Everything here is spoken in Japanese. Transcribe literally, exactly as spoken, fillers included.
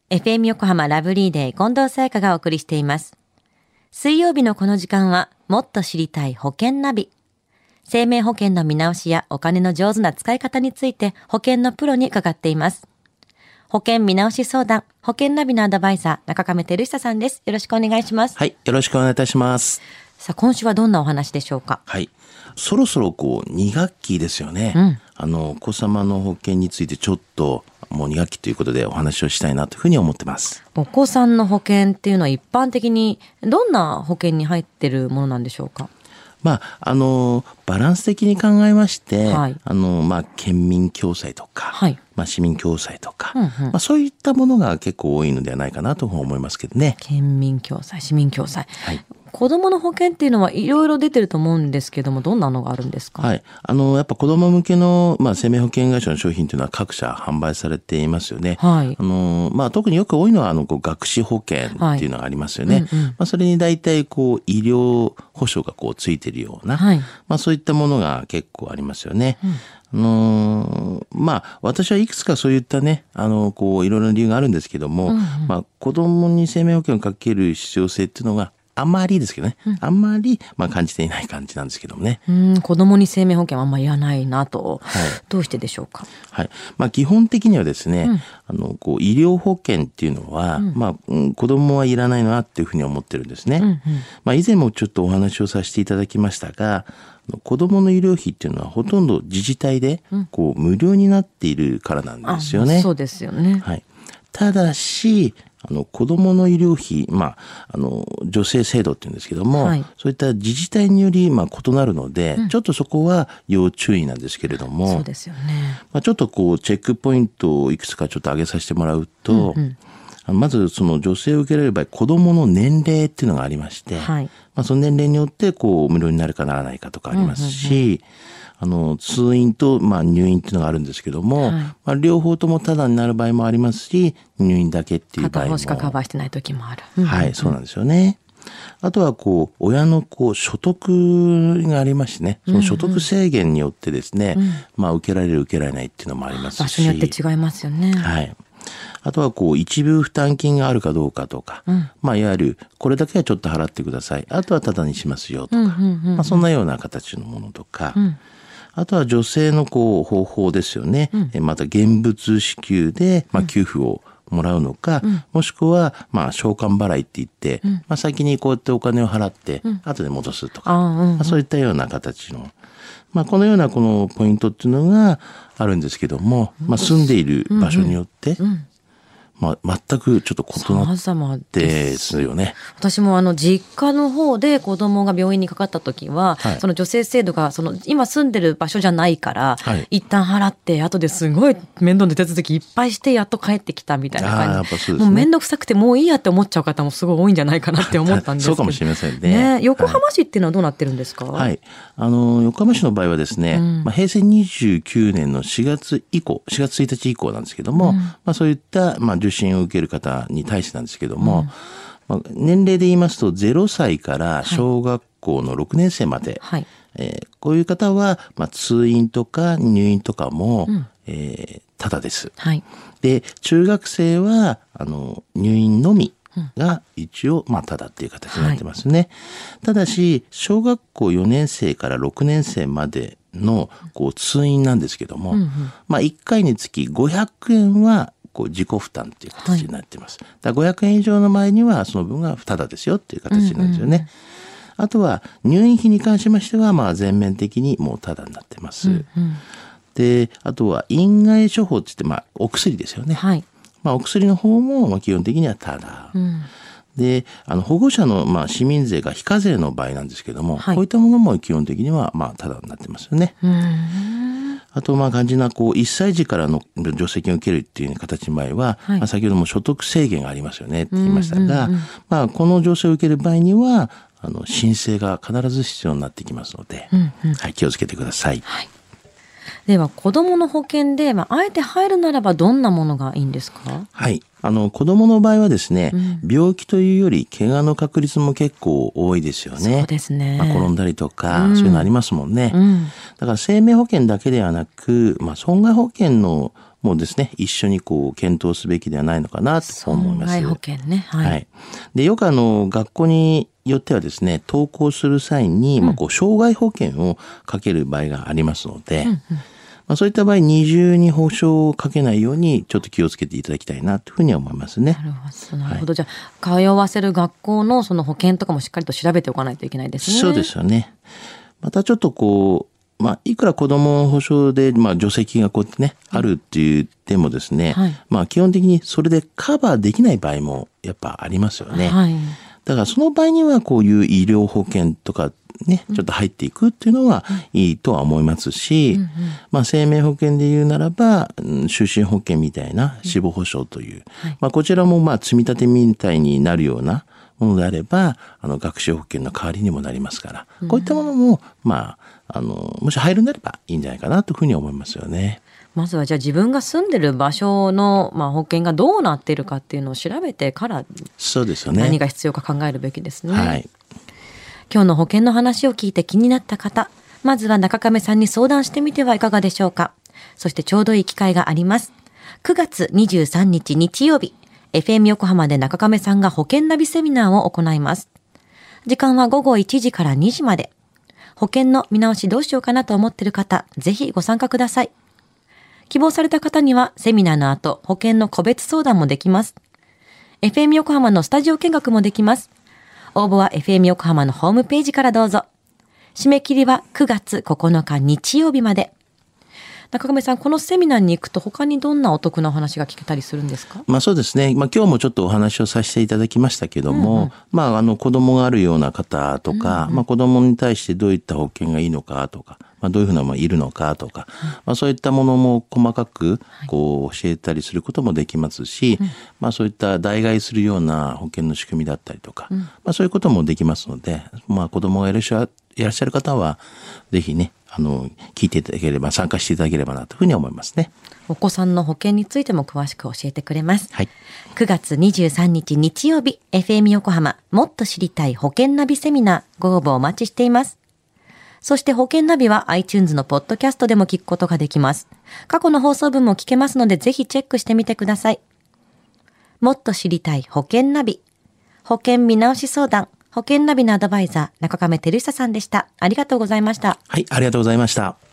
エフエム 横浜ラブリーデー近藤沙耶香がお送りしています。水曜日のこの時間はもっと知りたい保険ナビ。生命保険の見直しやお金の上手な使い方について保険のプロに伺っています。保険見直し相談、保険ナビのアドバイザー、中亀照久さんです。よろしくお願いします。 はい、よろしくお願いいたします。 さあ、今週はどんなお話でしょうか。 はい、そろそろこうに学期ですよね。 うん、 あのお子様の保険についてちょっともうに学期ということでお話をしたいなというふうに思ってます。 お子さんの保険っていうのは一般的にどんな保険に入っているものなんでしょうか。 まあ、あのバランス的に考えまして、 はい、 あのまあ、県民共済とか、 はい、 まあ、市民共済とか、 うんうん、 まあ、そういったものが結構多いのではないかなと思いますけどね。 県民共済、市民共済、 はい、 子どもの保険っていうのはいろいろ出てると思うんですけども、どんなのがあるんですか。 はい、あのやっぱ子ども向けの、まあ、生命保険会社の商品というのは各社販売されていますよね。 はい、 あのまあ、特によく多いのはあのこう学資保険っていうのがありますよね。はい、うんうん、まあ、それに大体こう医療保障がこうついているような、はい、まあ、そういったものが結構ありますよね。うん、あのまあ、私はいくつかそういったね、あのこういろいろな理由があるんですけども、うんうん、まあ、子どもに生命保険をかける必要性っていうのがあんまりですけどね、うん、あんまりまあ感じていない感じなんですけどもね。 うん、子どもに生命保険はあんまりいらないなと、はい、どうしてでしょうか。 はい、まあ、基本的にはですね、うん、あのこう医療保険っていうのは、うんまあうん、子どもはいらないなっていうふうに思ってるんですね。うんうん、まあ、以前もちょっとお話をさせていただきましたが、子どもの医療費っていうのはほとんど自治体でこう無料になっているからなんですよね。 あ、そうですよね。 はい、ただしあの子どもの医療費、まあ、あの助成制度っていうんですけども、はい、そういった自治体によりまあ異なるので、うん、ちょっとそこは要注意なんですけれども、 そうですよね。 まあ、ちょっとこうチェックポイントをいくつかちょっと挙げさせてもらうと、うんうん、まずその助成を受けられる場合、子どもの年齢っていうのがありまして、はい、まあ、その年齢によってこう無料になるかならないかとかありますし、うんうんうん、あの通院とまあ入院っていうのがあるんですけども、はい、まあ、両方ともタダになる場合もありますし、入院だけっていう場合も片方しかカバーしてない時もある。 うんうんうん、はい、そうなんですよね。あとはこう親のこう所得がありましてね、その所得制限によってですね、うんうん、まあ、受けられる受けられないっていうのもありますし、 場所によって違いますよね。 はい。あとはこう一部負担金があるかどうかとか、うん、まあ、いわゆるこれだけはちょっと払ってください、あとはタダにしますよとか、うんうんうんうん、まあ、そんなような形のものとか、うん、あとは助成のこう方法ですよね。うん、また現物支給でまあ給付をもらうのか、うん、もしくはまあ償還払いって言って、うん、まあ、先にこうやってお金を払って後で戻すとか、うん、まあ、そういったような形の、まあ、このようなこのポイントっていうのがあるんですけども、まあ、住んでいる場所によって、うんうん、まあ、全くちょっと異なってですよね。 私もあの実家の方で子供が病院にかかった時は、はい、その助成制度がその今住んでる場所じゃないから、はい、一旦払って後ですごい面倒な手続きいっぱいしてやっと帰ってきたみたいな感じ、ね、もう面倒くさくてもういいやって思っちゃう方もすごい多いんじゃないかなって思ったんですけどそうかもしれません ね, ね。横浜市っていうのはどうなってるんですか。 はい、あの横浜市の場合はですね、うん、まあ、平成にじゅうきゅうねんのしがつ以降しがつついたち以降なんですけども、うん、まあ、そういった、まあ、受診を受ける方に対してなんですけども、うん、まあ、年齢で言いますとゼロさいから小学校のろくねん生まで、はい、えー、こういう方は、まあ、通院とか入院とかも、うん、えー、ただです、はい、で中学生はあの入院のみが一応、まあ、ただっていう形になってますね。はい、ただし小学校よねん生からろくねん生までのこう通院なんですけども、うんうん、まあ、いっかいにつきごひゃくえんはこう自己負担っていう形になっています。はい、だからごひゃくえん以上の前にはその分がタダですよっていう形なんですよね。うんうん、あとは入院費に関しましてはまあ全面的にもうタダになってます。うんうん、であとは院外処方って言ってまあお薬ですよね。はい、まあ、お薬の方もまあ基本的にはタダ。うん、であの保護者のまあ市民税が非課税の場合なんですけども、はい、こういったものも基本的にはまあタダになってますよね。うん、あとまあ肝心なこういっさい児からの助成金を受けるっていう形の場合は、はい、まあ、先ほども所得制限がありますよねって言いましたが、うんうんうん、まあ、この助成を受ける場合にはあの申請が必ず必要になってきますので、うんうん、はい、気をつけてください。はい、 では子どもの保険で、まあ、あえて入るならばどんなものがいいんですか。 はい、あの子どもの場合はですね、うん、病気というより怪我の確率も結構多いですよね。 そうですね、 まあ、転んだりとか、うん、そういうのありますもんね。うん、だから生命保険だけではなく、まあ、損害保険のもうですね、一緒にこう検討すべきではないのかなと思います。 損害保険ね。はい。はい、 で、よくあの、学校によってはですね、登校する際に、うん、まあ、こう、障害保険をかける場合がありますので、うんうん、まあ、そういった場合、二重に保証をかけないように、ちょっと気をつけていただきたいなというふうには思いますね。 なるほど。なるほど。はい、じゃあ、通わせる学校のその保険とかもしっかりと調べておかないといけないですね。 そうですよね。またちょっとこう、まあ、いくら子ども保障で、まあ、助成金がこうやってね、うん、あるって言ってもですね、はい、まあ、基本的にそれでカバーできない場合もやっぱありますよね。はい、だからその場合にはこういう医療保険とかね、ちょっと入っていくっていうのはいいとは思いますし、うんうん、まあ、生命保険で言うならば、就寝保険みたいな死亡保障という、うんはい、まあ、こちらもまあ積み立てみたいになるようなものであれば、あの学習保険の代わりにもなりますから、こういったものも、まあ、あの、もし入るんであればいいんじゃないかなというふうに思いますよね。 まずはじゃあ自分が住んでる場所の、まあ、保険がどうなっているかっていうのを調べてから、 そうですよね。 何が必要か考えるべきですね。 はい。 今日の保険の話を聞いて気になった方、まずは中亀さんに相談してみてはいかがでしょうか。そしてちょうどいい機会があります。くがつにじゅうさんにち日曜日、エフエム 横浜で中亀さんが保険ナビセミナーを行います。時間はごごいちじからにじまで。保険の見直しどうしようかなと思っている方、ぜひご参加ください。希望された方にはセミナーの後、保険の個別相談もできます。エフエム 横浜のスタジオ見学もできます。応募は エフエム 横浜のホームページからどうぞ。締め切りはくがつここのか日曜日まで。中亀さん、このセミナーに行くと他にどんなお得なお話が聞けたりするんですか？ まあそうですね。まあ今日もちょっとお話をさせていただきましたけども、うんうん、まああの子供があるような方とか、うんうん、まあ子供に対してどういった保険がいいのかとか、まあどういうふうなものがいるのかとか、うん、まあそういったものも細かくこう教えたりすることもできますし、はい、まあそういった代替するような保険の仕組みだったりとか、うん、まあそういうこともできますので、まあ子供がいらっしゃるいらっしゃる方はぜひね、あの聞いていただければ、参加していただければなというふうに思いますね。 お子さんの保険についても詳しく教えてくれます。 はい、 くがつにじゅうさんにち日曜日、 エフエム 横浜もっと知りたい保険ナビセミナー、ご応募お待ちしています。そして保険ナビは iTunes のポッドキャストでも聞くことができます。過去の放送分も聞けますので、ぜひチェックしてみてください。もっと知りたい保険ナビ、保険見直し相談、保険ナビのアドバイザー、中亀照久さんでした。ありがとうございました。 はい、ありがとうございました。